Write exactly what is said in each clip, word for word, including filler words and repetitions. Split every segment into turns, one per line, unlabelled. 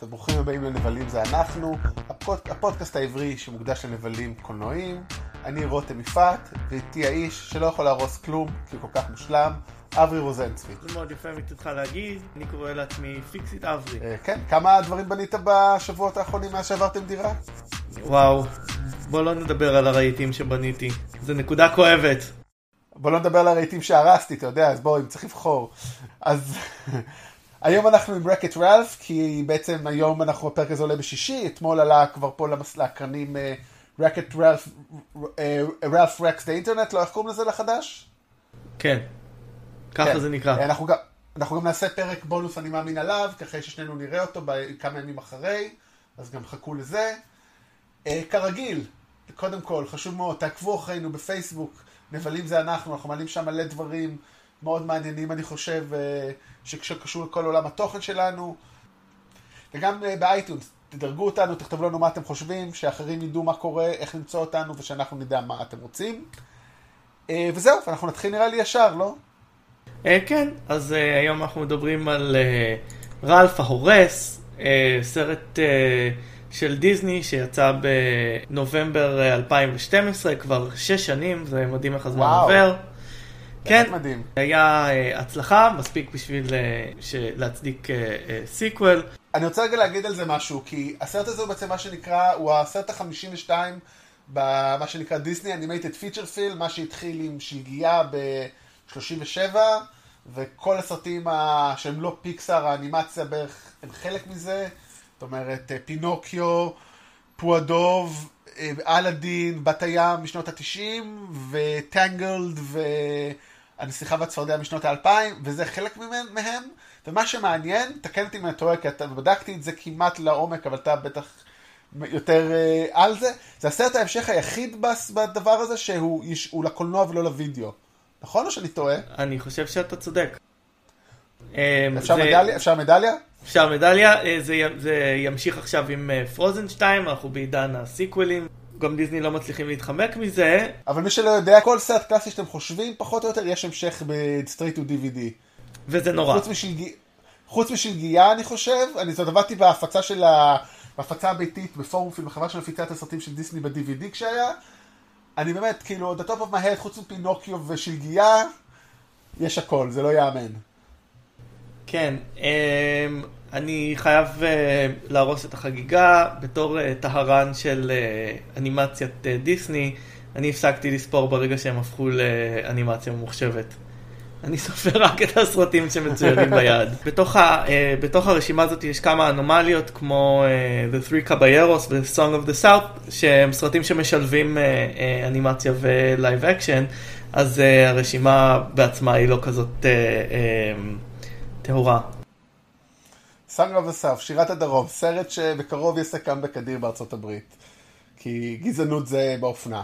וברוכים הבאים לנבלים זה אנחנו, הפוד... הפודקאסט העברי שמוקדש לנבלים קולנועיים. אני רותם יפעת, ואיתי האיש שלא יכול להרוס כלום, כי הוא כל כך מושלם, אברי רוזנצבי.
זה מאוד יפה מצדך להגיד, אני קורא לעצמי פיקסית אברי.
כן, כמה דברים בנית בשבועות האחרונים מאז שעברתם דירה?
וואו, בוא לא נדבר על הרהיטים שבניתי, זה נקודה כואבת.
בוא לא נדבר על הרהיטים שהרסתי, אתה יודע, אז בואו, אם צריך לבחור. אז היום אנחנו עם רקט רלף, כי בעצם היום אנחנו בפרק הזה עולה בשישי, אתמול עלה כבר פה להקרנים רקט רלף, רלף רקס דה אינטרנט, לא איך קוראים לזה לחדש?
כן, ככה זה נקרא.
אנחנו גם, אנחנו גם נעשה פרק בונוס אני מאמין עליו, ככה ששנינו נראה אותו כמה ימים אחרי, אז גם חכו לזה. כרגיל, קודם כל, חשוב מאוד, תעקבו אחרינו בפייסבוק, נבלים זה אנחנו, אנחנו מעלים שם מלא דברים מאוד מעניינים, אני חושב, שקשור לכל עולם התוכן שלנו. וגם באייטונס, תדרגו אותנו, תכתבו לנו מה אתם חושבים, שאחרים ידעו מה קורה, איך למצוא אותנו, ושאנחנו נדע מה אתם רוצים. וזהו, אנחנו נתחיל נראה לי ישר, לא?
כן, אז היום אנחנו מדברים על רלף ההורס, סרט של דיזני שיצא בנובמבר אלפיים ושתים עשרה, כבר שש שנים, זה מדהים איך הזמן עובר. כן,
מדהים.
היה הצלחה, מספיק בשביל להצדיק סיקוול.
אני רוצה רגע להגיד על זה משהו, כי הסרט הזה הוא בעצם מה שנקרא, הוא הסרט ה-חמישים ושתיים במה שנקרא דיסני אנימייטד פיצ'ר פיל, מה שהתחיל עם שלגיה ב-שלושים ושבע, וכל הסרטים שהם לא פיקסאר, האנימציה בערך הם חלק מזה. זאת אומרת, פינוקיו, פועדוב, אלאדין, בת הים משנות ה-תשעים, וטנגלד, והנסיכה והצפרדע משנות ה-אלפיים, וזה חלק מהם. ומה שמעניין, תקן אותי אם אני טועה, כי אתה בדקתי את זה כמעט לעומק, אבל אתה בטח יותר uh, על זה. זה הסרט ההמשך היחיד בדבר הזה, שהוא הוא לקולנוע ולא לוידאו. נכון או שאני טועה?
אני חושב שאתה צודק.
אפשר זה... מדליה? אפשר מדליה?
אפשר מדליה, זה, זה ימשיך עכשיו עם פרוזן שתיים, אנחנו בעידן הסיקוולים, גם דיזני לא מצליחים להתחמק מזה.
אבל מי שלא יודע, כל סרט קלאסי שאתם חושבים, פחות או יותר יש המשך בסטרייט טו די וי די.
וזה נורא.
חוץ משלג... חוץ משלגיה, אני חושב, אני זאת עבדתי בהפצה של ה... בהפצה הביתית, בפורום פילם, בחברה של מפיצת הסרטים של דיסני ב-די וי די כשהיה. אני באמת, כאילו, the top of my head, חוץ מפינוקיו ושלגיה, יש הכל, זה לא יאמן.
כן, אני חייב להרוס את החגיגה בתור טהרן של אנימציית דיסני. אני הפסקתי לספור ברגע שהם הפכו לאנימציה ממוחשבת. אני סופר רק את הסרטים שמצוירים ביד. בתוך, ה, בתוך הרשימה הזאת יש כמה אנומליות כמו The Three Caballeros ו-Song of the South, שהם סרטים שמשלבים אנימציה ולייב אקשן, אז הרשימה בעצמה היא לא כזאת טהורה.
Song of the South, שירת הדרום, סרט שבקרוב יסקם בקדיר בארצות הברית, כי גזענות זה באופנה.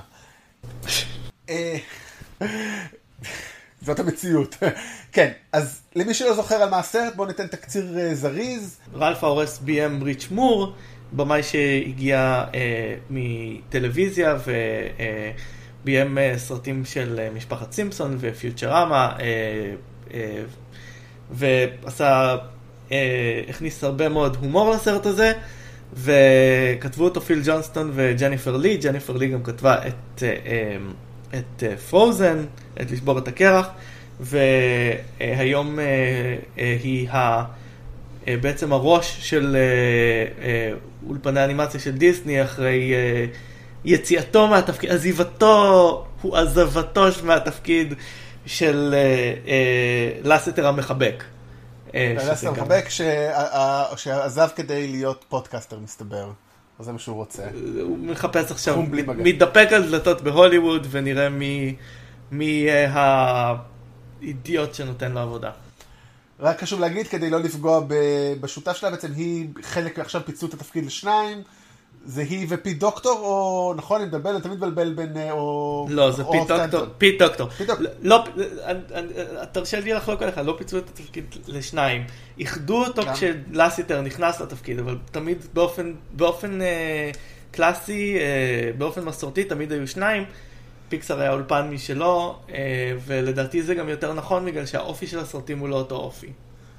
זאת המציאות. כן, אז למי שלא זוכר על מה הסרט, בואו ניתן תקציר זריז.
רלף ההורס ביים ריץ' מור, במאי שהגיע אה, מטלוויזיה וביים אה, סרטים של אה, משפחת סימפסון ופיוטרמה, אה, אה, ועשה, אה, הכניס הרבה מאוד הומור לסרט הזה, וכתבו אותו פיל ג'ונסטון וג'ניפר לי. ג'ניפר לי גם כתבה את אה, אה, את פרוזן, את לשבור את הקרח, והיום היא בעצם הראש של אולפני האנימציה של דיסני, אחרי יציאתו מהתפקיד, עזיבתו, הוא עזבתו מהתפקיד של לסטר המחבק.
לסטר המחבק שעזב כדי להיות פודקאסטר, מסתבר. אז זה מה שהוא רוצה.
הוא מחפש עכשיו, מתדפק על דלתות בהוליווד, ונראה מי, מי האידיוט שנותן לו עבודה.
רק חשוב להגיד, כדי לא לפגוע בשותף שלה, בעצם היא חלק, עכשיו פיצלו את התפקיד לשניים, זה היא ופיט דוקטור, או נכון, אני מדבר, אני תמיד מבלבל בין, או...
לא, זה פיט דוקטור, פיט דוקטור. לא, תרשה לי לחלוק עליך, לא פיצלו את התפקיד לשניים. איחדו אותו כשלאסיטר נכנס לתפקיד, אבל תמיד באופן, באופן קלאסי, באופן מסורתי, תמיד היו שניים. פיקסאר היה אולפן משלו, ולדעתי זה גם יותר נכון, בגלל שהאופי של הסרטים הוא לא אותו אופי.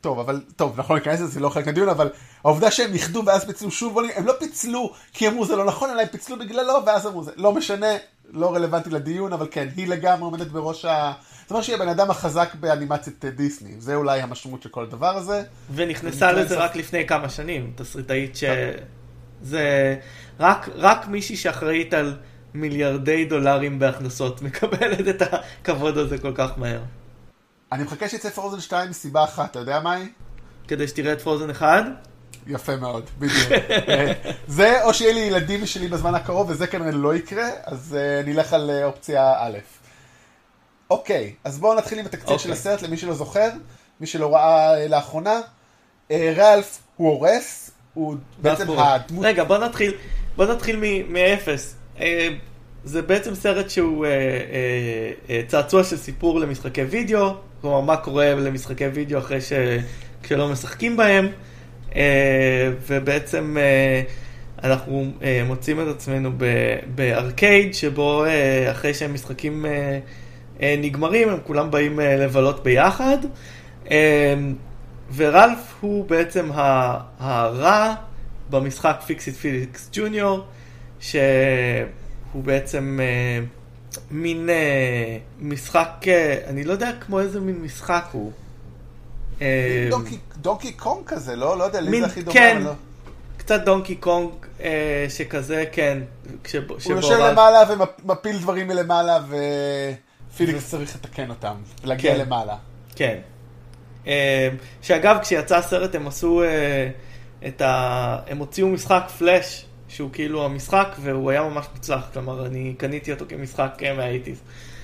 טוב, אבל, טוב, נכון, להיכנס לזה, זה לא חלק מהדיון, אבל העובדה שהם יחדו ואז פיצלו שוב וולינג, הם לא פיצלו כי אמרו זה לא נכון, אלא הם פיצלו בגללו, ואז אמרו זה לא משנה, לא רלוונטי לדיון, אבל כן, היא לגמרי עומדת בראש ה... זאת אומרת שהיא הבן אדם החזק באנימציית דיסני, זה אולי המשמעות של כל הדבר הזה.
ונכנסה לזה רק לפני כמה שנים, תסריטאית שזה... רק, רק מישהי שאחראית על מיליארדי דולרים בהכנסות מקבלת את הכבוד הזה כל כך מהר.
אני מחכה שיצא פרוזן שתיים מסיבה אחת, אתה יודע מה היא?
כדי שתראה את פרוזן אחד?
יפה מאוד, בדיוק. זה או שיהיה לי ילדים שלי בזמן הקרוב, וזה כנראה לא יקרה, אז uh, נלך על uh, אופציה א'. אוקיי, אז בואו נתחיל עם התקציר okay. של הסרט, למי שלא זוכר, מי שלא ראה uh, לאחרונה. Uh, רלף הוא הורס, הוא בעצם הדמות...
רגע, בואו נתחיל, בוא נתחיל מאפס. Uh, זה בעצם סרט שהוא uh, uh, uh, צעצוע של סיפור למשחקי וידאו, כלומר מה קורה למשחקי וידאו אחרי ש... כשלא משחקים בהם, uh, ובעצם uh, אנחנו uh, מוצאים את עצמנו בארקייד, שבו uh, אחרי שהם משחקים uh, uh, נגמרים, הם כולם באים uh, לבלות ביחד, uh, ורלף הוא בעצם הרע במשחק פיקסיט פיליקס ג'וניור, שהוא בעצם uh, מין uh, משחק, uh, אני לא יודע כמו איזה מין משחק הוא.
דונקי, דונקי קונג כזה, לא? לא יודע, לי זה הכי דומה.
כן,
לא?
קצת דונקי קונג אה, שכזה, כן. כשבו,
הוא יושב רב... למעלה ומפיל דברים מלמעלה, ופיליקס צריך לתקן אותם, ולהגיע
כן.
למעלה.
כן. אה, שאגב, כשיצא הסרט הם עשו אה, את ה... הם הוציאו משחק פלאש, שהוא כאילו המשחק, והוא היה ממש מוצלח. כלומר, אני קניתי אותו כמשחק מה-שמונים.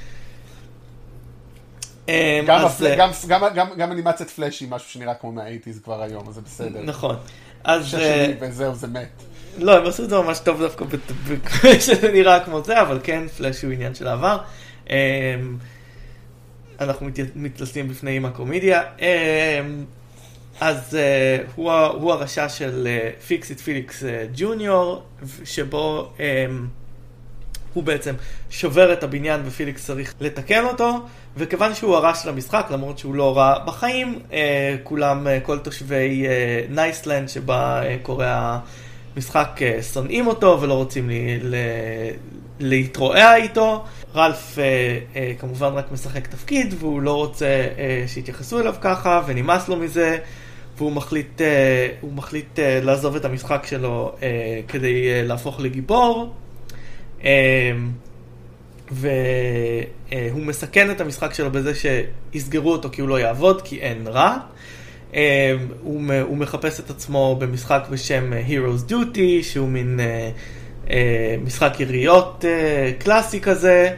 גם, אז, הפל... גם, גם, גם, גם אנימציית פלאש היא משהו שנראה כמו מה-שמונים כבר היום, אז זה בסדר.
נכון. אז...
ששני וזהו, זה מת.
לא, הם עשו את זה ממש טוב דווקא שזה נראה כמו זה, אבל כן, פלאש הוא עניין של העבר. אנחנו מתלסים בפני עם הקומדיה. אז הוא, הוא הרשע של פיקסיט פיליקס ג'וניור, שבו הוא בעצם שובר את הבניין ופיליקס צריך לתקן אותו, וכיוון שהוא הרע של המשחק, למרות שהוא לא רע בחיים, כולם, כל תושבי נייסלנד שבה קורה המשחק שונאים אותו ולא רוצים להתרועע איתו. רלף כמובן רק משחק תפקיד, והוא לא רוצה שיתייחסו אליו ככה, ונמאס לו מזה, והוא מחליט, הוא מחליט לעזוב את המשחק שלו כדי להפוך לגיבור. והוא מסכן את המשחק שלו בזה שיסגרו אותו כי הוא לא יעבוד, כי אין רע. הוא מחפש את עצמו במשחק בשם Heroes Duty, שהוא מין משחק יריות קלאסי כזה,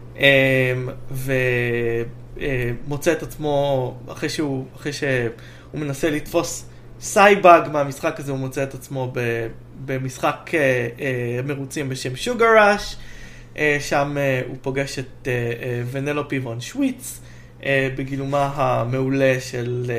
ומוצא את עצמו, אחרי שהוא, אחרי שהוא מנסה לתפוס סייבאג מהמשחק הזה, הוא מוצא את עצמו במשחק מרוצים בשם Sugar Rush, שם הוא פוגש את ונלופי וון שוויץ, בגילומה המעולה של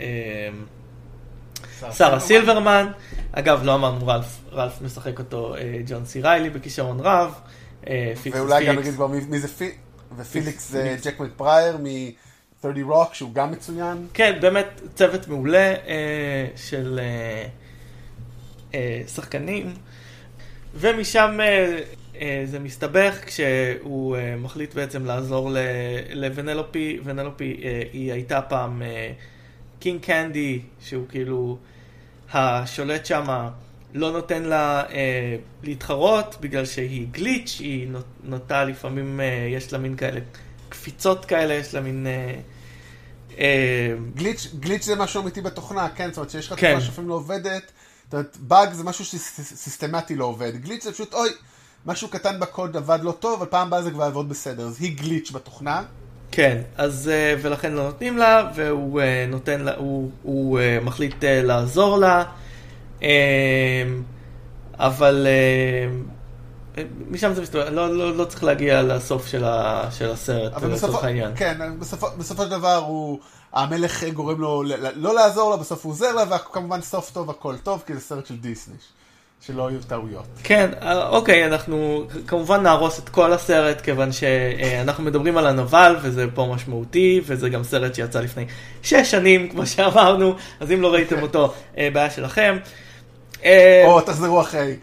שרה סילברמן. אגב, לא אמרנו רלף, רלף משחק אותו ג'ון סי ריילי בכישרון רב.
ואולי גם נגיד כבר מי זה פיליקס, ופיליקס זה ג'ק מקברייר מ-שלושים רוק, שהוא גם מצוין. כן,
באמת צוות מעולה של שחקנים. ומשם זה מסתבך כשהוא מחליט בעצם לעזור לוונלופי. ונלופי היא הייתה פעם קינג קנדי, שהוא כאילו השולט שם, לא נותן לה להתחרות בגלל שהיא גליץ', היא נוטה לפעמים, יש לה מין כאלה קפיצות כאלה, יש לה מין
גליץ', גליץ' זה משהו אמיתי בתוכנה, כן, זאת אומרת שיש לך תוכנה שאפילו לא עובדת, זאת אומרת, באג זה משהו שסיסטמטי לא עובד. גליץ' זה פשוט, אוי, משהו קטן בקוד עבד לא טוב, אבל פעם הבאה זה כבר עבוד בסדר. אז היא גליץ' בתוכנה.
כן, אז ולכן לא נותנים לה, והוא נותן לה, הוא, הוא מחליט לעזור לה, אבל משם זה מסתובב, לא, לא, לא צריך להגיע לסוף של, ה, של הסרט, לצורך העניין.
כן, בסופו, בסופו של דבר הוא, המלך גורם לו לא לעזור לה, בסוף הוא עוזר לה, וכמובן סוף טוב, הכל טוב, כי זה סרט של דיסני. שלא יהיו טעויות.
כן, אוקיי, אנחנו כמובן נהרוס את כל הסרט, כיוון שאנחנו מדברים על הנבל, וזה פה משמעותי, וזה גם סרט שיצא לפני שש שנים, כמו שאמרנו, אז אם לא ראיתם אותו, בעיה שלכם.
או, תחזרו אחרי.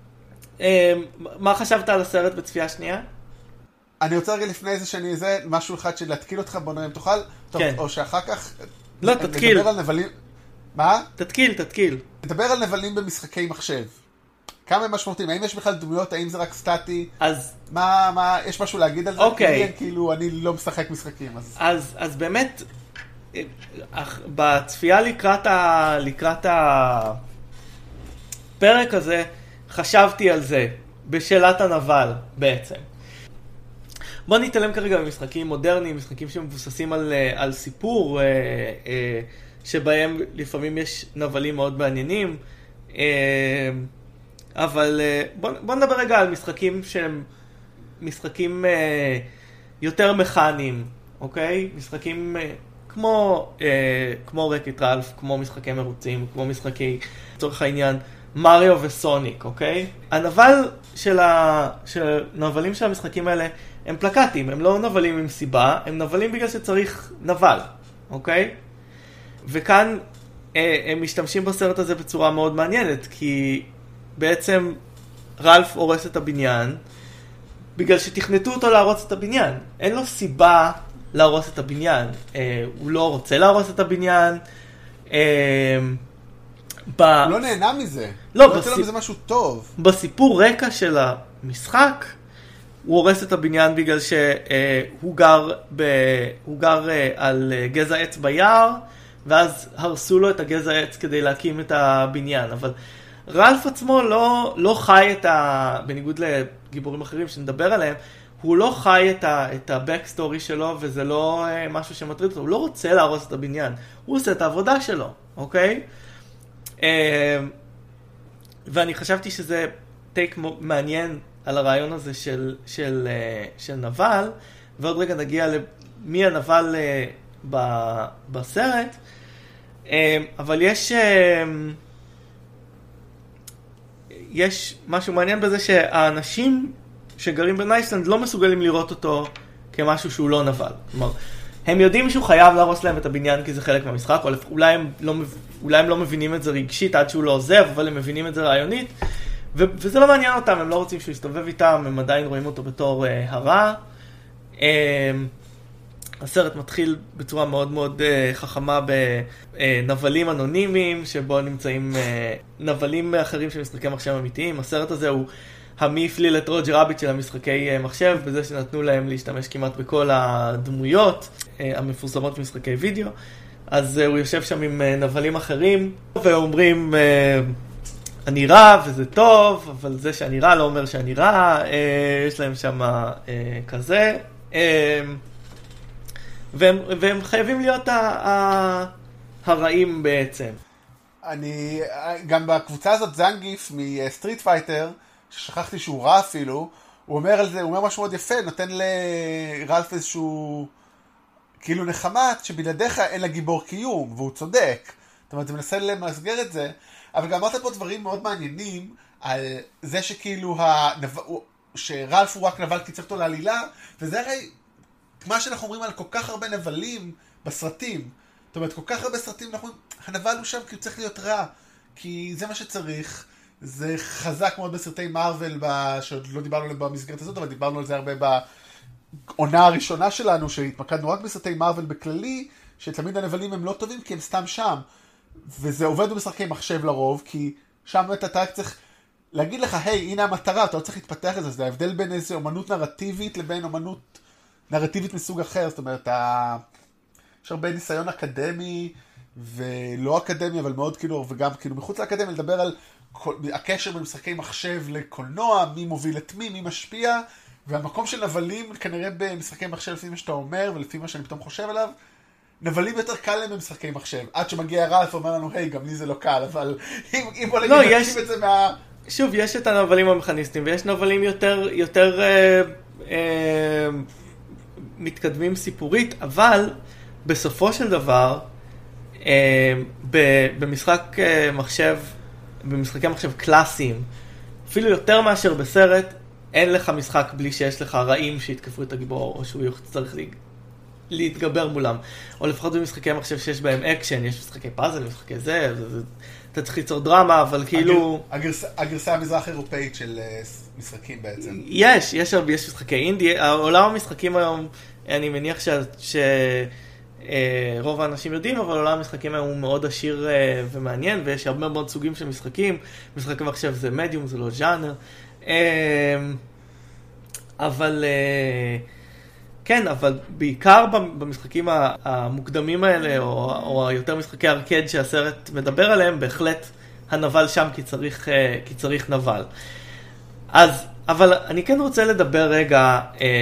מה חשבת על הסרט בצפייה שנייה?
אני רוצה רגע לפני זה שאני איזה משהו אחד של להתקיל אותך, בוא נראה אם תוכל,
כן.
או שאחר כך...
לא, תתקיל.
נדבר על נבלים... מה?
תתקיל, תתקיל.
נדבר על נבלים במשחקי מחשב. כמה הם משמעותיים? האם יש בכלל דמויות? האם זה רק סטטי?
אז...
מה, מה, יש משהו להגיד על זה?
אוקיי.
כי כאילו, אני לא משחק משחקים, אז...
אז, אז באמת, בצפייה לקראת ה... לקראת הפרק הזה, חשבתי על זה, בשאלת הנבל, בעצם. בוא נתעלם כרגע במשחקים מודרניים, משחקים שמבוססים על, על סיפור, שבהם לפעמים יש נבלים מאוד מעניינים, אבל בוא, בוא נדבר רגע על משחקים שהם משחקים יותר מכניים, אוקיי? משחקים כמו, כמו רקט רלף, כמו משחקי מרוצים, כמו משחקי, לצורך העניין, מריו וסוניק, אוקיי? הנבל של ה... של נבלים של המשחקים האלה הם פלקטים, הם לא נבלים עם סיבה, הם נבלים בגלל שצריך נבל, אוקיי? וכאן אה, הם משתמשים בסרט הזה בצורה מאוד מעניינת, כי בעצם רלף הורס את הבניין, בגלל שתכנתו אותו להרוס את הבניין. אין לו סיבה להרוס את הבניין. אה, הוא לא רוצה להרוס את הבניין. אה,
ב... הוא לא נהנה מזה.
לא,
לא בסיפ... לו מזה משהו טוב.
בסיפור רקע של המשחק, הוא הורס את הבניין בגלל שהוא גר, ב... הוא גר על גזע עץ ביער, ואז הרסו לו את הגזע עץ כדי להקים את הבניין. אבל רלף עצמו לא, לא חי את ה... בניגוד לגיבורים אחרים שנדבר עליהם, הוא לא חי את ה... את ה-backstory שלו, וזה לא משהו שמטריד אותו. הוא לא רוצה להרוס את הבניין. הוא עושה את העבודה שלו, אוקיי? ואני חשבתי שזה טייק מעניין על הרעיון הזה של, של, של נבל, ועוד רגע נגיע למי הנבל בסרט, אבל יש, יש משהו מעניין בזה שהאנשים שגרים בנייסלנד לא מסוגלים לראות אותו כמשהו שהוא לא נבל. כלומר, הם יודעים שהוא חייב להרוס להם את הבניין כי זה חלק מהמשחק, או אולי הם לא, אולי הם לא מבינים את זה רגשית עד שהוא לא עוזב, אבל הם מבינים את זה רעיונית, ו- וזה לא מעניין אותם, הם לא רוצים שהוא יסתובב איתם, הם עדיין רואים אותו בתור uh, הרע. Uh, הסרט מתחיל בצורה מאוד מאוד uh, חכמה בנבלים אנונימיים, שבו נמצאים uh, נבלים אחרים של משחקי מחשב אמיתיים. הסרט הזה הוא המי הפליל את רוג'ר רביט של המשחקי מחשב, בזה שנתנו להם להשתמש כמעט בכל הדמויות המפורסמות במשחקי וידאו. אז הוא יושב שם עם נבלים אחרים, ואומרים, אני רע וזה טוב, אבל זה שאני רע לא אומר שאני רע, יש להם שם כזה. והם, והם חייבים להיות הרעים בעצם.
אני, גם בקבוצה הזאת זנגיף מסטריט פייטר, ששכחתי שהוא רע אפילו, הוא אומר על זה, הוא אומר משהו מאוד יפה, נותן לרלף איזשהו כאילו נחמת, שבלעדיך אין לה גיבור קיום, והוא צודק. זאת אומרת, זה מנסה למסגר את זה, אבל גם אמרת פה דברים מאוד מעניינים, על זה שכאילו, הנב... שרלף הוא רק נבל כי צריך אותו לעלילה, וזה הרי מה שאנחנו אומרים על כל כך הרבה נבלים בסרטים. זאת אומרת, כל כך הרבה סרטים, אנחנו אומרים, הנבל הוא שם כי הוא צריך להיות רע, כי זה מה שצריך. זה חזק מאוד בסרטי מארוול, שעוד לא דיברנו עליהם במסגרת הזאת, אבל דיברנו על זה הרבה בעונה הראשונה שלנו, שהתמקדנו רק בסרטי מארוול בכללי, שתמיד הנבלים הם לא טובים כי הם סתם שם. וזה עובד במשחקי מחשב לרוב, כי שם אתה רק צריך להגיד לך, היי, הנה המטרה, אתה לא צריך להתפתח את זה. זה ההבדל בין איזו אומנות נרטיבית לבין אומנות נרטיבית מסוג אחר. זאת אומרת, יש הרבה ניסיון אקדמי ולא אקדמי, אבל מאוד כאילו, וגם כאילו מחוץ לאקדמיה, לדבר על הקשר בין משחקי מחשב לקולנוע, מי מוביל את מי, מי משפיע, והמקום של נבלים כנראה במשחקי מחשב לפי מה שאתה אומר, ולפי מה שאני פתאום חושב עליו, נבלים יותר קל להם במשחקי מחשב. עד שמגיע רלף ואומר לנו, היי, גם לי זה לא קל, אבל אם, אם בוא נגיד
לא,
נקשיב
יש...
את זה מה...
שוב, יש את הנבלים המכניסטים, ויש נבלים יותר, יותר אה, אה, מתקדמים סיפורית, אבל בסופו של דבר, אה, במשחק אה, מחשב, במשחקי מחשב קלאסיים, אפילו יותר מאשר בסרט, אין לך משחק בלי שיש לך רעים שיתקפו את הגיבור, או שהוא צריך להתגבר מולם. או לפחות במשחקי מחשב שיש בהם אקשן, יש משחקי פאזל, משחקי זה, זה, זה אתה צריך ליצור דרמה, אבל כאילו...
הגרסה, הגרסה המזרח אירופאית של משחקים בעצם.
יש, יש, יש משחקי אינדי, העולם המשחקים היום, אני מניח ש... ש... רוב האנשים יודעים, אבל עולם המשחקים הוא מאוד עשיר ומעניין, ויש הרבה מאוד סוגים של משחקים. משחקי מחשב זה מדיום, זה לא ז'אנר. אבל כן, אבל בעיקר במשחקים המוקדמים האלה, או, או יותר משחקי ארקד שהסרט מדבר עליהם, בהחלט הנבל שם כי צריך, כי צריך נבל. אז, אבל אני כן רוצה לדבר רגע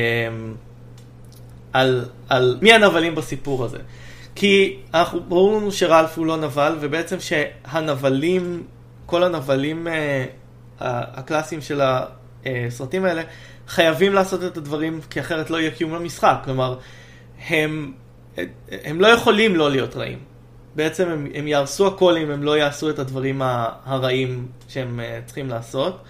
על, על מי הנבלים בסיפור הזה. כי אנחנו, ברור לנו שרלף הוא לא נבל, ובעצם שהנבלים, כל הנבלים אה, הקלאסיים של הסרטים האלה, חייבים לעשות את הדברים, כי אחרת לא יהיה קיום למשחק. כלומר, הם, הם לא יכולים לא להיות רעים. בעצם הם, הם יעשו הכל אם הם לא יעשו את הדברים הרעים שהם צריכים לעשות.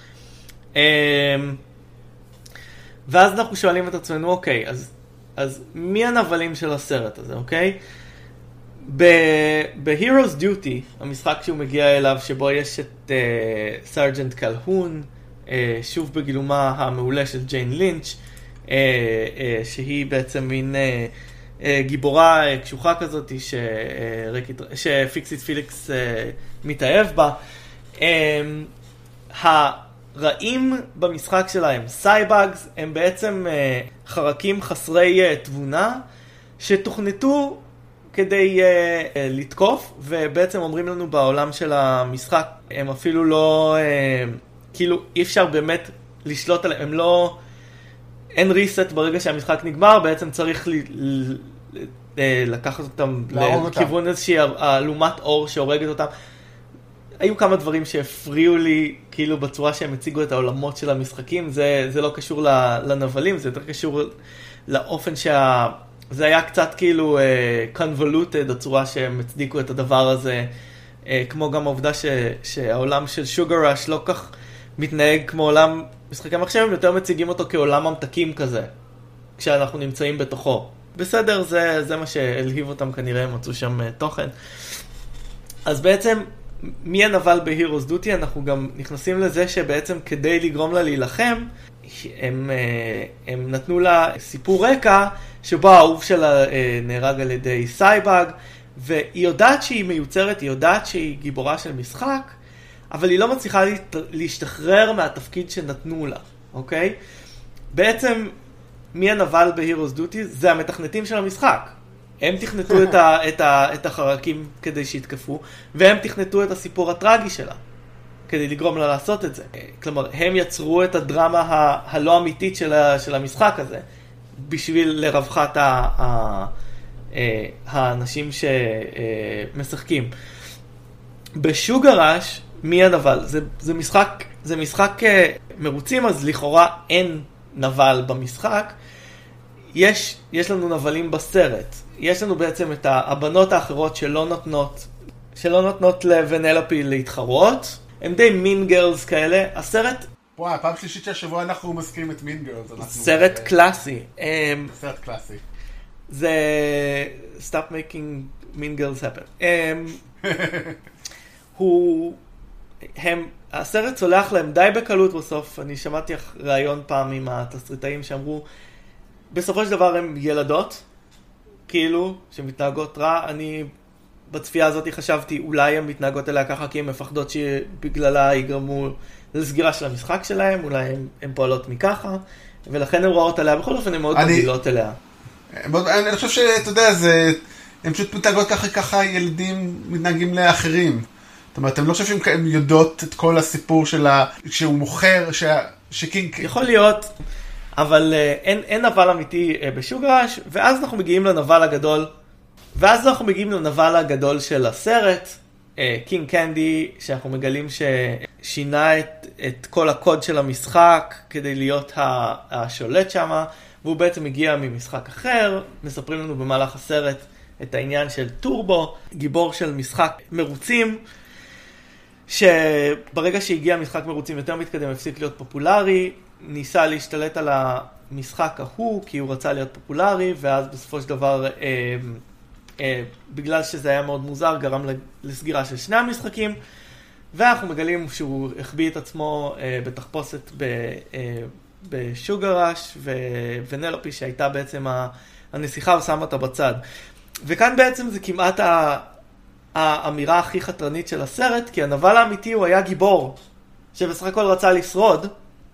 ואז אנחנו שואלים את עצמנו, אוקיי, אז, אז מי הנבלים של הסרט הזה, אוקיי? ב-Heroes Duty, המשחק שהוא מגיע אליו, שבו יש את סרג'נט קלהון, שוב בגילומה המעולה של ג'יין לינץ', שהיא בעצם מין גיבורה קשוחה כזאת, שפיקסיט פיליקס מתאהב בה. הרעים במשחק שלהם, סייבאגס, הם בעצם חרקים חסרי תבונה, שתוכנתו כדי uh, uh, לתקוף, ובעצם אומרים לנו בעולם של המשחק, הם אפילו לא, uh, כאילו אי אפשר באמת לשלוט עליהם, הם לא, אין ריסט ברגע שהמשחק נגמר, בעצם צריך ל, ל, ל, לקחת אותם לכיוון איזושהי אלומת אור שהורגת אותם. היו כמה דברים שהפריעו לי, כאילו בצורה שהם הציגו את העולמות של המשחקים, זה, זה לא קשור לנבלים, זה יותר קשור לאופן שה... זה היה קצת כאילו uh, convoluted, הצורה שהם הצדיקו את הדבר הזה, uh, כמו גם העובדה ש, שהעולם של Sugar Rush לא כך מתנהג כמו עולם משחקי מחשב, הם יותר מציגים אותו כעולם ממתקים כזה, כשאנחנו נמצאים בתוכו. בסדר, זה, זה מה שהלהיב אותם כנראה, הם מצאו שם uh, תוכן. אז בעצם, מי הנבל ב-Heroes Duty? אנחנו גם נכנסים לזה שבעצם כדי לגרום לה להילחם, הם, הם נתנו לה סיפור רקע, שבו האהוב שלה נהרג על ידי סייבאג, והיא יודעת שהיא מיוצרת, היא יודעת שהיא גיבורה של משחק, אבל היא לא מצליחה להשתחרר מהתפקיד שנתנו לה, אוקיי? בעצם, מי הנבל ב-Heroes Duty? זה המתכנתים של המשחק. הם תכנתו את, ה, את, ה, את החרקים כדי שיתקפו, והם תכנתו את הסיפור הטרגי שלה, כדי לגרום לה לעשות את זה. כלומר, הם יצרו את הדרמה ה, הלא אמיתית של, ה, של המשחק הזה, בשביל לרווחת ה, ה, ה, האנשים שמשחקים. בשוגראש, מי הנבל? זה, זה משחק, זה משחק מרוצים, אז לכאורה אין נבל במשחק. יש, יש לנו נבלים בסרט. יש לנו בעצם את הבנות האחרות שלא נותנות, שלא נותנות לוונלופי להתחרות. הם די מין גרלס כאלה. הסרט...
וואי, פעם שלישית שהשבוע אנחנו מזכירים את מין גרלס.
סרט קלאסי.
סרט קלאסי.
זה... Stop making mean girls happen. הוא... הם... הסרט צולח להם די בקלות בסוף. אני שמעתי ראיון פעם עם התסריטאים שאמרו, בסופו של דבר הם ילדות, כאילו, שמתנהגות רע. אני בצפייה הזאת חשבתי, אולי הן מתנהגות אליה ככה, כי הן מפחדות שבגללה יגרמו לסגירה של המשחק שלהם, אולי הן פועלות מככה, ולכן הן רואות עליה, בכל אופן הן מאוד מובילות אליה.
אני חושב שאתה יודע, הן פשוט מתנהגות ככה, ככה ילדים מתנהגים לאחרים. זאת אומרת, אני לא חושב שהן יודעות את כל הסיפור שלה, שהוא מוכר, שקינג...
יכול להיות... אבל uh, אין, אין נבל אמיתי uh, בשוגראש, ואז אנחנו מגיעים לנבל הגדול, ואז אנחנו מגיעים לנבל הגדול של הסרט, קינג uh, קנדי, שאנחנו מגלים ששינה את, את כל הקוד של המשחק, כדי להיות השולט שם, והוא בעצם מגיע ממשחק אחר. מספרים לנו במהלך הסרט את העניין של טורבו, גיבור של משחק מרוצים, שברגע שהגיע משחק מרוצים יותר מתקדם, הפסיק להיות פופולרי, ניסה להשתלט על המשחק ההוא, כי הוא רצה להיות פופולרי, ואז בסופו של דבר, אה, אה, בגלל שזה היה מאוד מוזר, גרם לסגירה של שני המשחקים, ואנחנו מגלים שהוא החביא את עצמו אה, בתחפושת ב, אה, בשוגראש, ונלופי שהייתה בעצם הנסיכה ושמה אותה בצד. וכאן בעצם זה כמעט ה... האמירה הכי חתרנית של הסרט, כי הנבל האמיתי הוא היה גיבור, שבסך הכל רצה לשרוד,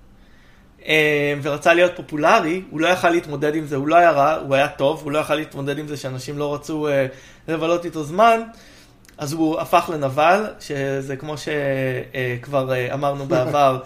ורצה להיות פופולרי, הוא לא יכל להתמודד עם זה, הוא לא היה רע, הוא היה טוב, הוא לא יכל להתמודד עם זה שאנשים לא רצו לבלות איתו זמן, אז הוא הפך לנבל, שזה כמו שכבר אמרנו בעבר,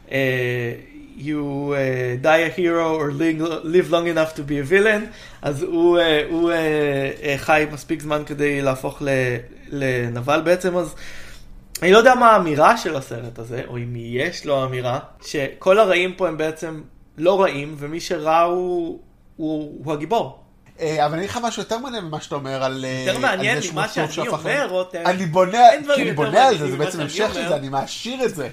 you uh, die a hero or live long enough to be a villain, אז הוא, uh, הוא uh, uh, חי מספיק זמן כדי להפוך לנבל בעצם, אז אני לא יודע מה האמירה של הסרט הזה, או אם יש לו אמירה, שכל הרעים פה הם בעצם לא רעים, ומי שרע הוא, הוא, הוא הגיבור.
אבל אני לך משהו יותר מעניין ממה שאתה אומר על...
יותר מעניין ממה שאני אומר, רותם.
אני בונה על זה, זה בעצם המשך של זה, אני מאשיר את זה.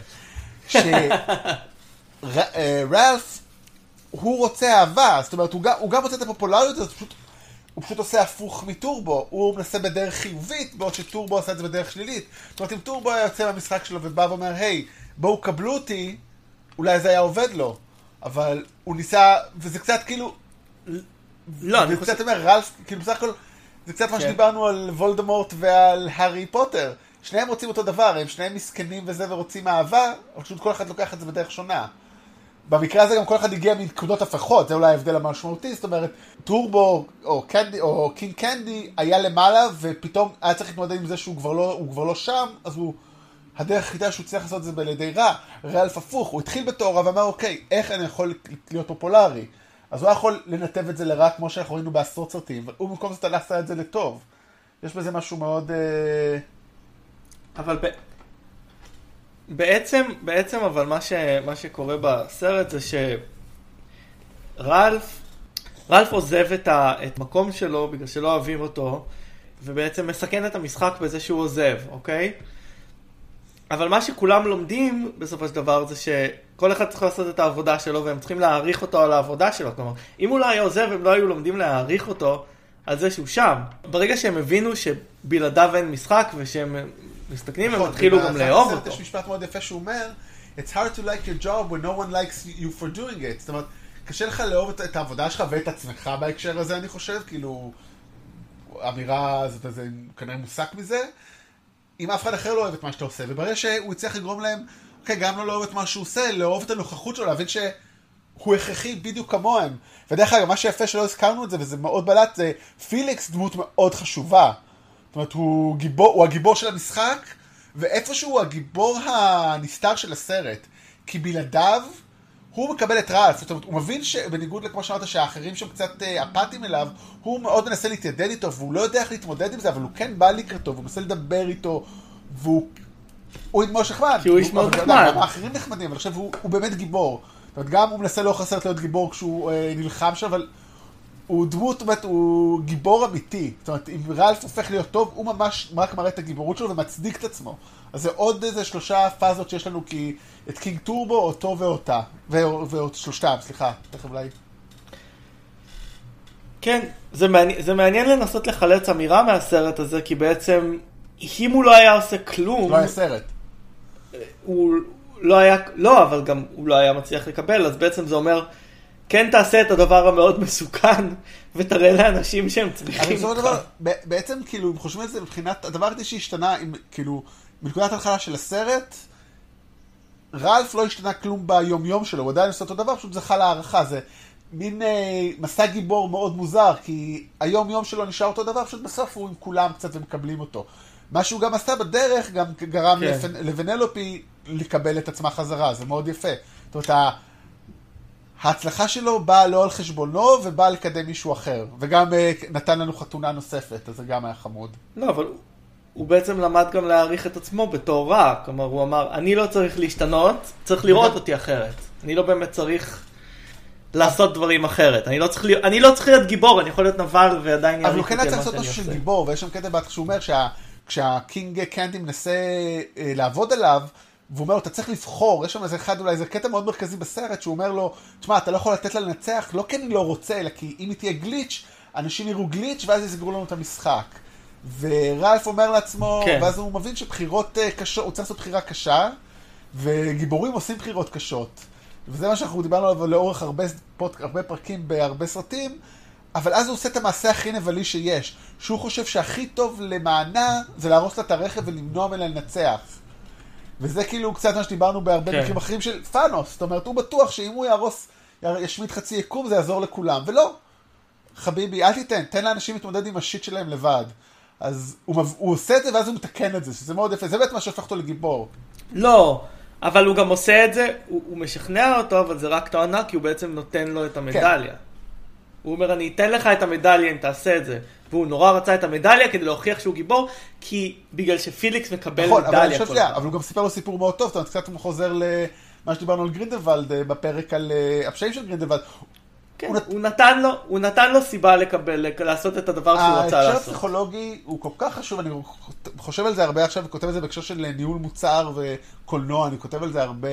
רלף, הוא רוצה אהבה, זאת אומרת, הוא גם, הוא גם רוצה את הפופולריות, אז פשוט, הוא פשוט עושה הפוך מטורבו, הוא מנסה בדרך חיובית, בעוד שטורבו עושה את זה בדרך שלילית. זאת אומרת, אם טורבו היה יוצא מהמשחק שלו ובא ואומר, היי, בואו קבלו אותי, אולי זה היה עובד לו, אבל הוא ניסה, וזה קצת כאילו,
לא, אני
חושב... קצת אומר, רלף, כאילו בסך הכל, זה קצת מה שדיברנו על וולדמורט ועל הארי פוטר. שניהם רוצים אותו דבר, הם שניהם מסכנים וזה ורוצים אהבה, אבל פשוט כל אחד לוקח את זה בדרך שונה. במקרה הזה גם כל אחד הגיע מנקודות הפכות, זה אולי ההבדל המשמעותי, זאת אומרת, טורבו או, קנדי, או קינג קנדי היה למעלה, ופתאום היה צריך להתמודד עם זה שהוא כבר לא, הוא כבר לא שם, אז הוא, הדרך היחידה שהוא צריך לעשות את זה בלידי רע. רלף הפוך, הוא התחיל בתור רע ואמר, אוקיי, איך אני יכול להיות פופולרי? אז הוא יכול לנתב את זה לרע כמו שאנחנו ראינו בעשרות סרטים, והוא במקום זאת עשה את זה לטוב. יש בזה משהו מאוד...
אבל ב... בעצם, בעצם, אבל מה ש, מה שקורה בסרט זה שרלף, רלף עוזב את ה, את מקום שלו בגלל שלא אוהבים אותו, ובעצם מסכן את המשחק בזה שהוא עוזב, אוקיי? אבל מה שכולם לומדים בסופו של דבר זה שכל אחד צריך לעשות את העבודה שלו, והם צריכים להעריך אותו על העבודה שלו. כלומר, אם הוא לא היה עוזב, הם לא היו לומדים להעריך אותו על זה שהוא שם. ברגע שהם הבינו שבלעדיו אין משחק ושהם מסתכנים, הם התחילו גם לאהוב אותו.
יש משפט מאוד יפה שהוא אומר, It's hard to like your job when no one likes you for doing it. זאת אומרת, קשה לך לאהוב את העבודה שלך ואת עצמך בהקשר הזה, אני חושב, כאילו, אמירה, זה כנראה מוסק מזה. אם אף אחד אחר לא אוהב את מה שאתה עושה, וברגע שהוא יצליח לגרום להם, אוקיי, גם לא לאהוב את מה שהוא עושה, לאהוב את הנוכחות שלו, להבין שהוא הכרחי בדיוק כמוהם. ודרך אגב, מה שיפה שלא הזכרנו את זה, וזה מאוד בלט, זה פיליקס דמות מאוד חשובה. זאת אומרת, הוא, גיבור, הוא הגיבור של המשחק, ואיפשהו הוא הגיבור הנסתר של הסרט. כי בלעדיו, הוא מקבל את רלף. זאת אומרת, הוא מבין שבניגוד לכמו שאמרת שהאחרים שם קצת אפתיים אליו, הוא מאוד מנסה להתיידד איתו, והוא לא יודע איך להתמודד עם זה, אבל הוא כן בא לקראתו, והוא מנסה לדבר איתו, והוא הוא מאוד נחמד.
כי הוא איש מאוד נחמד.
האחרים נחמדים, אבל עכשיו הוא, הוא באמת גיבור. זאת אומרת, גם הוא מנסה לא חסרת להיות גיבור כשהוא אה, נלחם שם, אבל הוא דמות, זאת אומרת, הוא גיבור אמיתי. זאת אומרת, אם רלף הופך להיות טוב, הוא ממש רק מראה את הגיבורות שלו ומצדיק את עצמו. אז זה עוד איזה שלושה פאזות שיש לנו, כי את קינג טורבו, אותו ואותה. ועוד שלושתם, סליחה, תכף אולי.
כן, זה מעניין, זה מעניין לנסות לחלץ אמירה מהסרט הזה, כי בעצם, אם הוא לא היה עושה כלום...
לא היה סרט.
הוא לא היה, לא, אבל גם הוא לא היה מצליח לקבל, אז בעצם זה אומר, כן תעשה את הדבר המאוד מסוכן, ותראה לאנשים שהם צריכים אותך.
דבר, בעצם, כאילו, אם חושבים את זה מבחינת, הדבר הזה שהשתנה, כאילו, מנקודת ההתחלה של הסרט, רלף לא השתנה כלום ביום-יום שלו, הוא עדיין עושה אותו דבר, פשוט זכה להערכה, זה מין אה, מסע גיבור מאוד מוזר, כי היום-יום שלו נשאר אותו דבר, פשוט בסוף הוא עם כולם קצת ומקבלים אותו. מה שהוא גם עשה בדרך, גם גרם כן. לפ... לבנלופי לקבל את עצמה חזרה, זה מאוד יפה. זאת אומרת, ההצלחה שלו באה לא על חשבונו, ובאה לקדם מישהו אחר, וגם אה, נתן לנו חתונה נוספת, אז זה גם היה חמוד.
לא, אבל הוא בעצם למד גם להעריך את עצמו בתור רע, כלומר הוא אמר, אני לא צריך להשתנות, צריך לראות אותי אחרת. אני לא באמת צריך לעשות דברים אחרת. אני לא צריך להיות, אני לא צריך להיות גיבור, אני יכול להיות נבל ועדיין
יעריך אותי. אבל הוא כן צריך לעשות משהו של גיבור, ויש שם קטע שהוא אומר שה... כשהקינג קנדי מנסה אה, לעבוד עליו, והוא אומר לו, אתה צריך לבחור, יש שם איזה אחד, אולי איזה קטע מאוד מרכזי בסרט, שהוא אומר לו, תשמע, אתה לא יכול לתת לה לנצח, לא כי אני לא רוצה, אלא כי אם היא תהיה גליץ', אנשים יראו גליץ', ואז יסגרו לנו את המשחק. ורלף אומר לעצמו, כן. ואז הוא מבין שבחירות קשות, הוא צריך לעשות בחירה קשה, וגיבורים עושים בחירות קשות. וזה מה שאנחנו דיברנו עליו לאורך הרבה, הרבה פרקים בהרבה סרטים, אבל אז הוא עושה את המעשה הכי נבלי שיש, שהוא חושב שהכי טוב למענה, זה להרוס לה את הרכב ולמנוע ממנה לנצח. וזה כאילו קצת מה שדיברנו בהרבה מקרים אחרים של פאנוס. זאת אומרת, הוא בטוח שאם הוא יהרוס, ישמיד חצי יקום, זה יעזור לכולם. ולא. חביבי, אל תיתן. תן לאנשים להתמודד עם השיט שלהם לבד. אז הוא, הוא עושה את זה, ואז הוא מתקן את זה, שזה מאוד יפה. זה באמת מה שהופך אותו לגיבור.
לא, אבל הוא גם עושה את זה, הוא, הוא משכנע אותו, אבל זה רק טענה, כי הוא בעצם נותן לו את המדליה. כן. הוא אומר, אני אתן לך את המדליה אם תעשה את זה. והוא נורא רצה את המדליה כדי להוכיח שהוא גיבור, כי בגלל שפיליקס מקבל
נכון,
מדליה.
אבל, חושב, אבל הוא גם סיפר לו סיפור מאוד טוב, זאת אומרת, קצת הוא חוזר למה שדיברנו על גרינדוולד, בפרק על הפשעים של גרינדוולד.
כן, הוא, נת... הוא, נתן לו, הוא נתן לו סיבה לקבל, לעשות את הדבר שהוא רצה לעשות.
ההקשר הפסיכולוגי הוא כל כך חשוב, אני חושב על זה הרבה עכשיו, וכותב על זה בהקשר של ניהול מוצר וקולנוע, אני כותב על זה הרבה.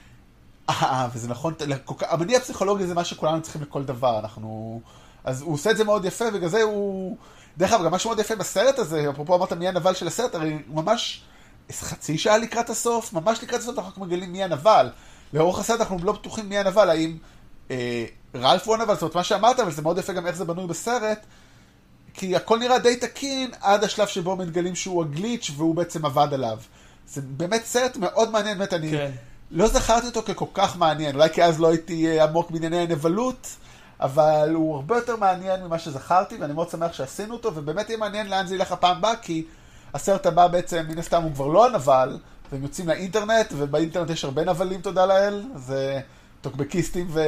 אה, וזה נכון, המניע הפסיכולוגי זה מה שכולנו צריכים לכל דבר, אנחנו... אז הוא עושה את זה מאוד יפה, ובגלל זה הוא... דרך אגב, גם משהו מאוד יפה בסרט הזה, אפרופו אמרת מי הנבל של הסרט, הרי הוא ממש חצי שעה לקראת הסוף, ממש לקראת הסוף אנחנו מגלים מי הנבל. לאורך הסרט אנחנו לא בטוחים מי הנבל, האם אה, רלף הוא הנבל, זאת אומרת מה שאמרת, אבל זה מאוד יפה גם איך זה בנוי בסרט, כי הכל נראה די תקין עד השלב שבו מתגלים שהוא הגליץ' והוא בעצם עבד עליו. זה באמת סרט מאוד מעניין, באמת אני כן. לא זכרתי אותו ככל כך מעניין, אולי כי אז לא הייתי עמוק בענייני הנבלות, אבל הוא הרבה יותר מעניין ממה שזכרתי, ואני מאוד שמח שעשינו אותו, ובאמת יהיה מעניין לאן זה ילך הפעם הבא, כי הסרט הבא בעצם, מן הסתם הוא כבר לא הנבל, והם יוצאים לאינטרנט, ובאינטרנט יש הרבה נבלים, תודה לאל, זה טוקבקיסטים ו...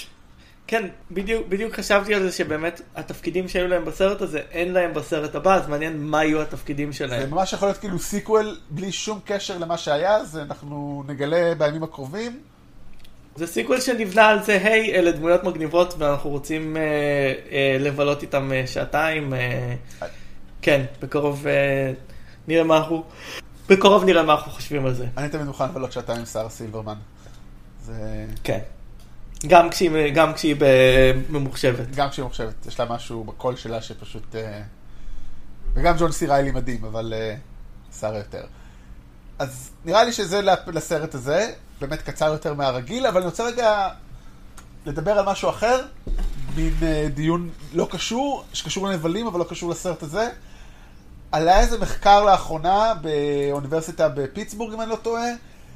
כן, בדיוק, בדיוק חשבתי על זה שבאמת התפקידים שהיו להם בסרט הזה, אין להם בסרט הבא, אז מעניין מה יהיו התפקידים שלהם.
זה ממש יכול להיות כאילו סיקוול, בלי שום קשר למה שהיה, אז אנחנו נגלה בימים הקרובים.
זה סיקוול שנבנה על זה, היי, אלה דמויות מגניבות, ואנחנו רוצים אה, אה, לבלות איתם אה, שעתיים. אה, כן, בקרוב אה, נראה מה אנחנו, בקרוב נראה מה אנחנו חושבים על זה.
אני תמיד מוכן לבלות שעתיים עם שרה סילברמן. זה...
כן. גם כשהיא, גם כשהיא ממוחשבת.
גם כשהיא ממוחשבת. יש לה משהו בקול שלה שפשוט... אה... וגם ג'ון סי ריילי מדהים, אבל אה, שרה יותר. אז נראה לי שזה לסרט הזה. באמת קצר יותר מהרגיל, אבל אני רוצה רגע לדבר על משהו אחר, מין דיון לא קשור, שקשור לנבלים, אבל לא קשור לסרט הזה. עלה איזה מחקר לאחרונה באוניברסיטה בפיטסבורג, אם אני לא טועה,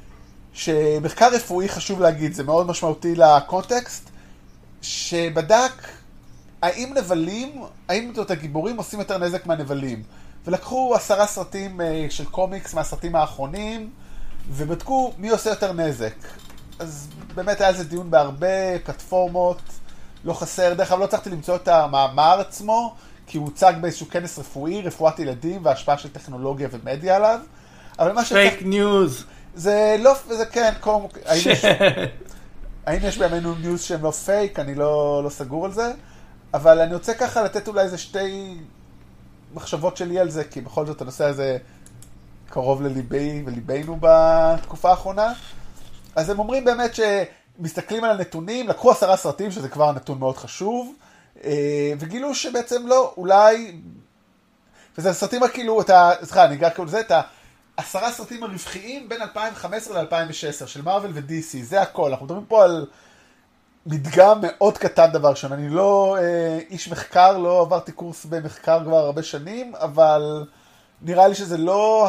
שמחקר רפואי חשוב להגיד, זה מאוד משמעותי לקונטקסט, שבדק האם נבלים, האם את הגיבורים עושים יותר נזק מהנבלים. ולקחו עשרה סרטים של קומיקס מהסרטים האחרונים, ובדקו מי עושה יותר נזק. אז באמת היה על זה דיון בהרבה פלטפורמות, לא חסר. דרך אגב לא צריכתי למצוא את המאמר עצמו, כי הוא הוצג באיזשהו כנס רפואי, רפואת ילדים וההשפעה של טכנולוגיה ומדיה עליו. אבל מה
פייק ניוז.
זה לא, זה כן, קום, האם יש, האם יש בימינו ניוז שהם לא פייק, אני לא, לא סגור על זה. אבל אני רוצה ככה לתת אולי איזה שתי מחשבות שלי על זה, כי בכל זאת הנושא הזה... קרוב לליבי וליבינו בתקופה האחרונה. אז הם אומרים באמת שמסתכלים על הנתונים, לקחו עשרה סרטים, שזה כבר נתון מאוד חשוב, וגילו שבעצם לא, אולי, וזה סרטים כאילו, סליחה, אני אגע כאילו זה, את העשרה סרטים הרווחיים בין אלפיים וחמש עשרה ל-אלפיים ושש עשרה של מארוול ו-די סי, זה הכל. אנחנו מדברים פה על מדגם מאוד קטן דבר ראשון. אני לא איש מחקר, לא עברתי קורס במחקר כבר הרבה שנים, אבל... נראה לי שזה לא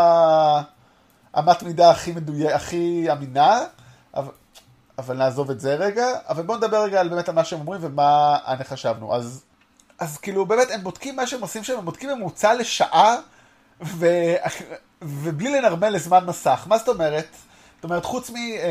האמת מידה הכי מדויק, הכי אמינה, אבל, אבל נעזוב את זה רגע. אבל בואו נדבר רגע על באמת על מה שהם אומרים ומה אני חשבנו. אז, אז כאילו באמת הם בודקים מה שהם עושים שם, הם בודקים ממוצע לשעה, ו, ובלי לנרמל לזמן מסך. מה זאת אומרת? זאת אומרת, חוץ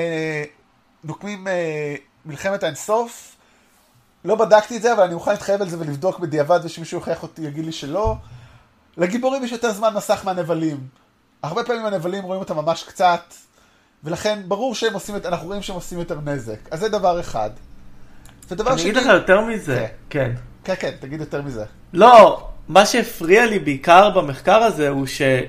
מנוקמים אה, מלחמת האינסוף, לא בדקתי את זה, אבל אני מוכן להתחייב על זה ולבדוק בדיעבד, ושמישהו יוכיח אותי, יגיד לי שלא. לגיבורים יש יותר זמן מסך מהנבלים. הרבה פעמים הנבלים רואים אותם ממש קצת, ולכן ברור שהם עושים, אנחנו רואים שהם עושים יותר נזק. אז זה דבר אחד.
אני אגיד לך יותר מזה. כן.
כן, כן, תגיד יותר מזה.
לא, מה שהפריע לי בעיקר במחקר הזה הוא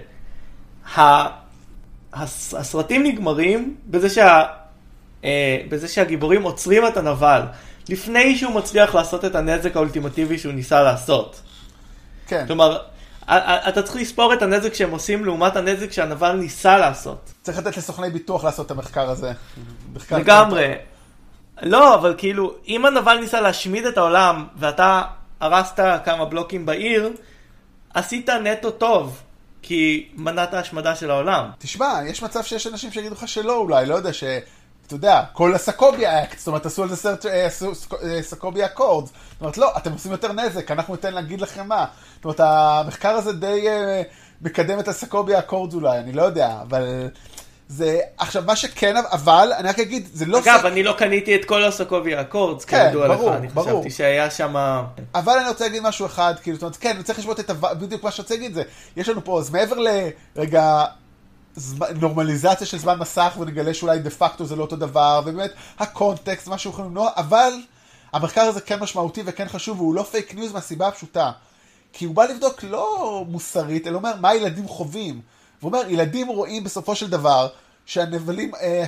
שהסרטים נגמרים בזה, שה, אה, בזה שהגיבורים עוצרים את הנבל לפני שהוא מצליח לעשות את הנזק האולטימטיבי שהוא ניסה לעשות.
כן.
כלומר, אתה צריך לספור את הנזק שהם עושים לעומת הנזק שהנבל ניסה לעשות.
צריך לתת לסוכני ביטוח לעשות את המחקר הזה.
לגמרי. לא, אבל כאילו, אם הנבל ניסה להשמיד את העולם, ואתה הרסת כמה בלוקים בעיר, עשית נטו טוב, כי מנעת השמדה של העולם.
תשמע, יש מצב שיש אנשים שיגידו לך שלא אולי, לא יודע, ש... אתה יודע, כל הסקוביה אקט, זאת אומרת, עשו על זה סרט, עשו סקוביה אקורדס. זאת אומרת, לא, אתם עושים יותר נזק, אנחנו ניתן להגיד לכם מה. זאת אומרת, המחקר הזה די מקדם את הסקוביה אקורדס אולי, אני לא יודע, אבל זה, עכשיו, מה שכן, אבל, אני רק אגיד, זה לא...
אגב, אני לא קניתי את כל הסקוביה אקורדס, כידוע לך, אני חשבתי שהיה שם...
אבל אני רוצה להגיד משהו אחד, כאילו, זאת אומרת, כן, אני צריך לשבות את בדיוק מה שרוצה להגיד, זה, יש לנו פה, אז מעבר לרגע... נורמליזציה של זמן מסך, ונגלה שאולי דה פקטו זה לא אותו דבר, ובאמת הקונטקסט, מה שאנחנו יכולים למנוע, אבל המחקר הזה כן משמעותי וכן חשוב, והוא לא פייק ניוז מהסיבה הפשוטה. כי הוא בא לבדוק לא מוסרית, אלא אומר מה ילדים חווים. והוא אומר, ילדים רואים בסופו של דבר, שהנבלים, אה,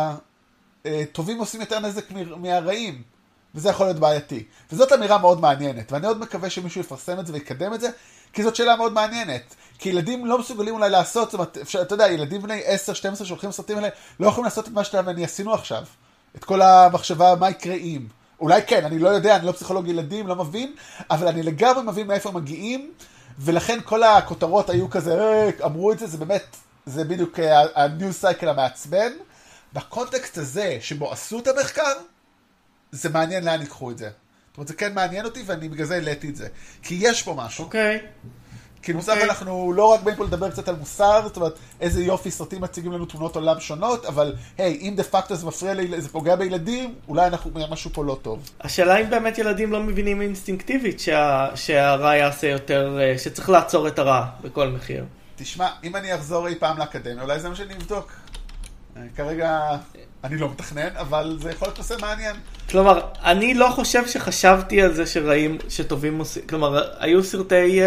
שהטובים עושים יותר נזק מהרעים, וזה יכול להיות בעייתי. וזאת אמירה מאוד מעניינת, ואני עוד מקווה שמישהו יפרסם את זה ויקדם את זה, כי זאת שאלה מאוד מעניינת. כי ילדים לא מסוגלים אולי לעשות, זאת אומרת, אפשר, אתה יודע, ילדים בני עשר שתים עשרה שהולכים סרטים האלה, לא יכולים לעשות את מה שאתה ואני עשינו עכשיו. את כל המחשבה, מה יקרה אם. אולי כן, אני לא יודע, אני לא פסיכולוג ילדים, לא מבין, אבל אני לגמרי מבין מאיפה הם מגיעים, ולכן כל הכותרות היו כזה, אה, אמרו את זה, זה באמת, זה בדיוק הניו סייקל המעצבן. בקונטקסט הזה, שבו עשו את המחקר, זה מעניין לאן יקחו את זה. זאת אומרת, זה כן מעניין אותי, ואני בגלל זה העליתי את זה. כי יש פה משהו.
אוקיי.
כי נוסף okay. אנחנו לא רק באים פה לדבר קצת על מוסר, זאת אומרת, איזה יופי סרטים מציגים לנו תמונות עולם שונות, אבל היי, אם דה פקטו זה מפריע, לי, זה פוגע בילדים, אולי אנחנו, משהו פה לא טוב.
השאלה אם באמת ילדים לא מבינים אינסטינקטיבית שה, שהרע יעשה יותר, שצריך לעצור את הרע בכל מחיר.
תשמע, אם אני אחזור אי פעם לאקדמיה, אולי זה מה שאני אבדוק. כרגע אני לא מתכנן, אבל זה יכול להיות נושא מעניין.
כלומר, אני לא חושב שחשבתי על זה שרעים, שטובים עושים, כלומר, היו סרטי...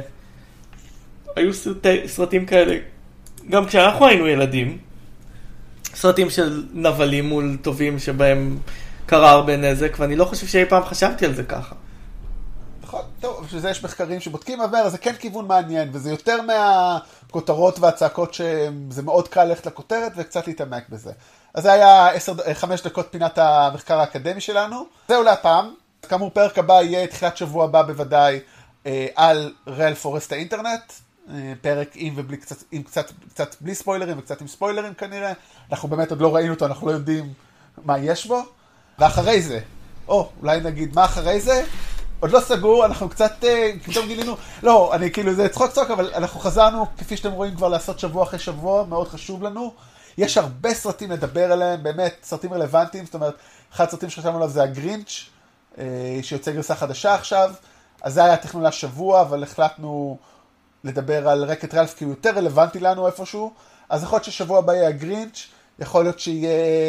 היו סרטי, סרטים כאלה, גם כשאנחנו היינו ילדים, סרטים של נבלים מול טובים שבהם קרה הרבה נזק, ואני לא חושב שאי פעם חשבתי על זה ככה.
נכון, טוב, בשביל זה יש מחקרים שבודקים, אבל זה כן כיוון מעניין, וזה יותר מהכותרות והצעקות שזה מאוד קל ללכת לכותרת וקצת להתעמק בזה. אז זה היה עשר, חמש דקות פינת המחקר האקדמי שלנו. זהו להפעם. כאמור, פרק הבא יהיה תחילת שבוע הבא בוודאי על ריאל פורסט האינטרנט. פרק עם ובלי קצת, עם קצת, קצת בלי ספוילרים וקצת עם ספוילרים כנראה. אנחנו באמת עוד לא ראינו אותו, אנחנו לא יודעים מה יש בו. ואחרי זה, או, אולי נגיד מה אחרי זה, עוד לא סגור, אנחנו קצת, פתאום גילינו, לא, אני כאילו, זה צחוק צחוק, אבל אנחנו חזרנו, כפי שאתם רואים, כבר לעשות שבוע אחרי שבוע, מאוד חשוב לנו. יש הרבה סרטים לדבר עליהם, באמת סרטים רלוונטיים, זאת אומרת, אחד הסרטים שחשבנו עליו זה הגרינץ', שיוצא גרסה חדשה עכשיו, אז זה היה תכנון לשבוע, אבל החלטנו לדבר על רקט רלף, כי הוא יותר רלוונטי לנו איפשהו, אז יכול להיות ששבוע הבא יהיה הגרינץ', יכול להיות שיהיה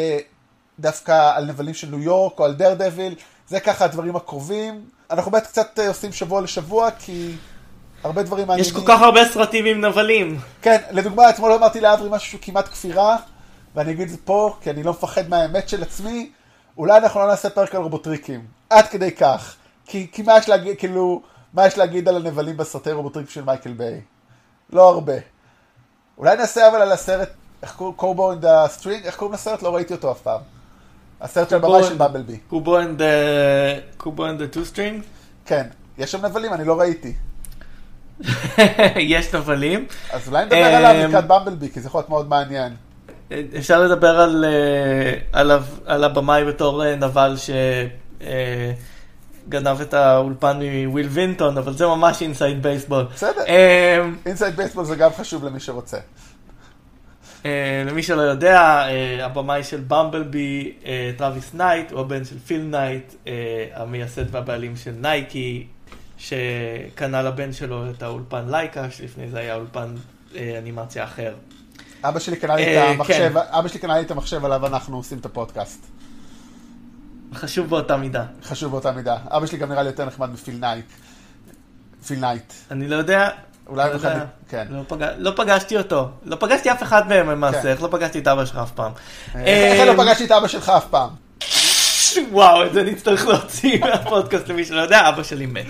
דווקא על נבלים של ניו יורק, או על דר דביל, זה ככה הדברים הקרובים. אנחנו באמת קצת עושים שבוע לשבוע, כי הרבה דברים מעניינים.
יש כל כך הרבה סרטים עם נבלים.
כן, לדוגמה, אתמול אמרתי לאברי משהו שהוא כמעט כפירה, ואני אגיד את זה פה, כי אני לא מפחד מהאמת של עצמי, אולי אנחנו לא נעשה פרק על רובוטריקים. עד כדי כך. כי, כי מה יש להגיד, כאילו, מה יש להגיד על הנבלים בסרטי רובוטריק של מייקל ביי? לא הרבה. אולי נעשה אבל על הסרט, איך קוראים, קובו אנד הסטרינג, איך קוראים לסרט? לא ראיתי אותו אף פעם. הסרט של הבמאי של במבלבי.
קובו אנד, קובו אנד טו סטרינג?
כן. יש שם נבלים, אני לא ראיתי.
יש נבלים.
אז אולי נדבר עליו לקראת במבלבי, כי זה יכול להיות מאוד מעניין.
אפשר לדבר על, על, על הבמאי בתור נבל שגנב את האולפן מוויל וינטון, אבל זה ממש אינסייד בייסבול.
בסדר. אינסייד בייסבול זה גם חשוב למי שרוצה.
למי שלא יודע, הבמאי של במבלבי, טרוויס נייט, הוא הבן של פיל נייט, המייסד והבעלים של נייקי, שקנה לבן שלו את האולפן לייקה, שלפני זה היה אולפן אנימציה אחר.
אבא שלי קנה לי את המחשב, אבא שלי קנה לי את המחשב עליו אנחנו עושים את הפודקאסט.
חשוב באותה מידה.
חשוב באותה מידה. אבא שלי גם נראה לי יותר נחמד מפיל נייט. פיל נייט.
אני לא יודע.
אולי
לא
אחד,
יודע.
כן.
לא פג- לא פגשתי אותו. לא פגשתי אף אחד מהם למעשה. איך לא פגשתי את אבא שלך אף פעם.
איך לא פגשתי את אבא שלך אף פעם?
וואו, את זה נצטרך להוציא מהפודקאסט למי שלא יודע, אבא שלי מת.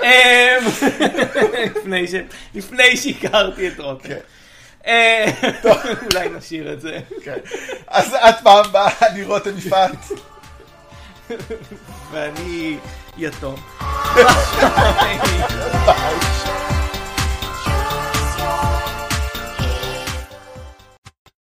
לפני ש- לפני שהכרתי את רותם. אולי נשאיר את זה.
אז עד פעם הבאה, אני רותם יפעת.
ואני יתום.
ביי.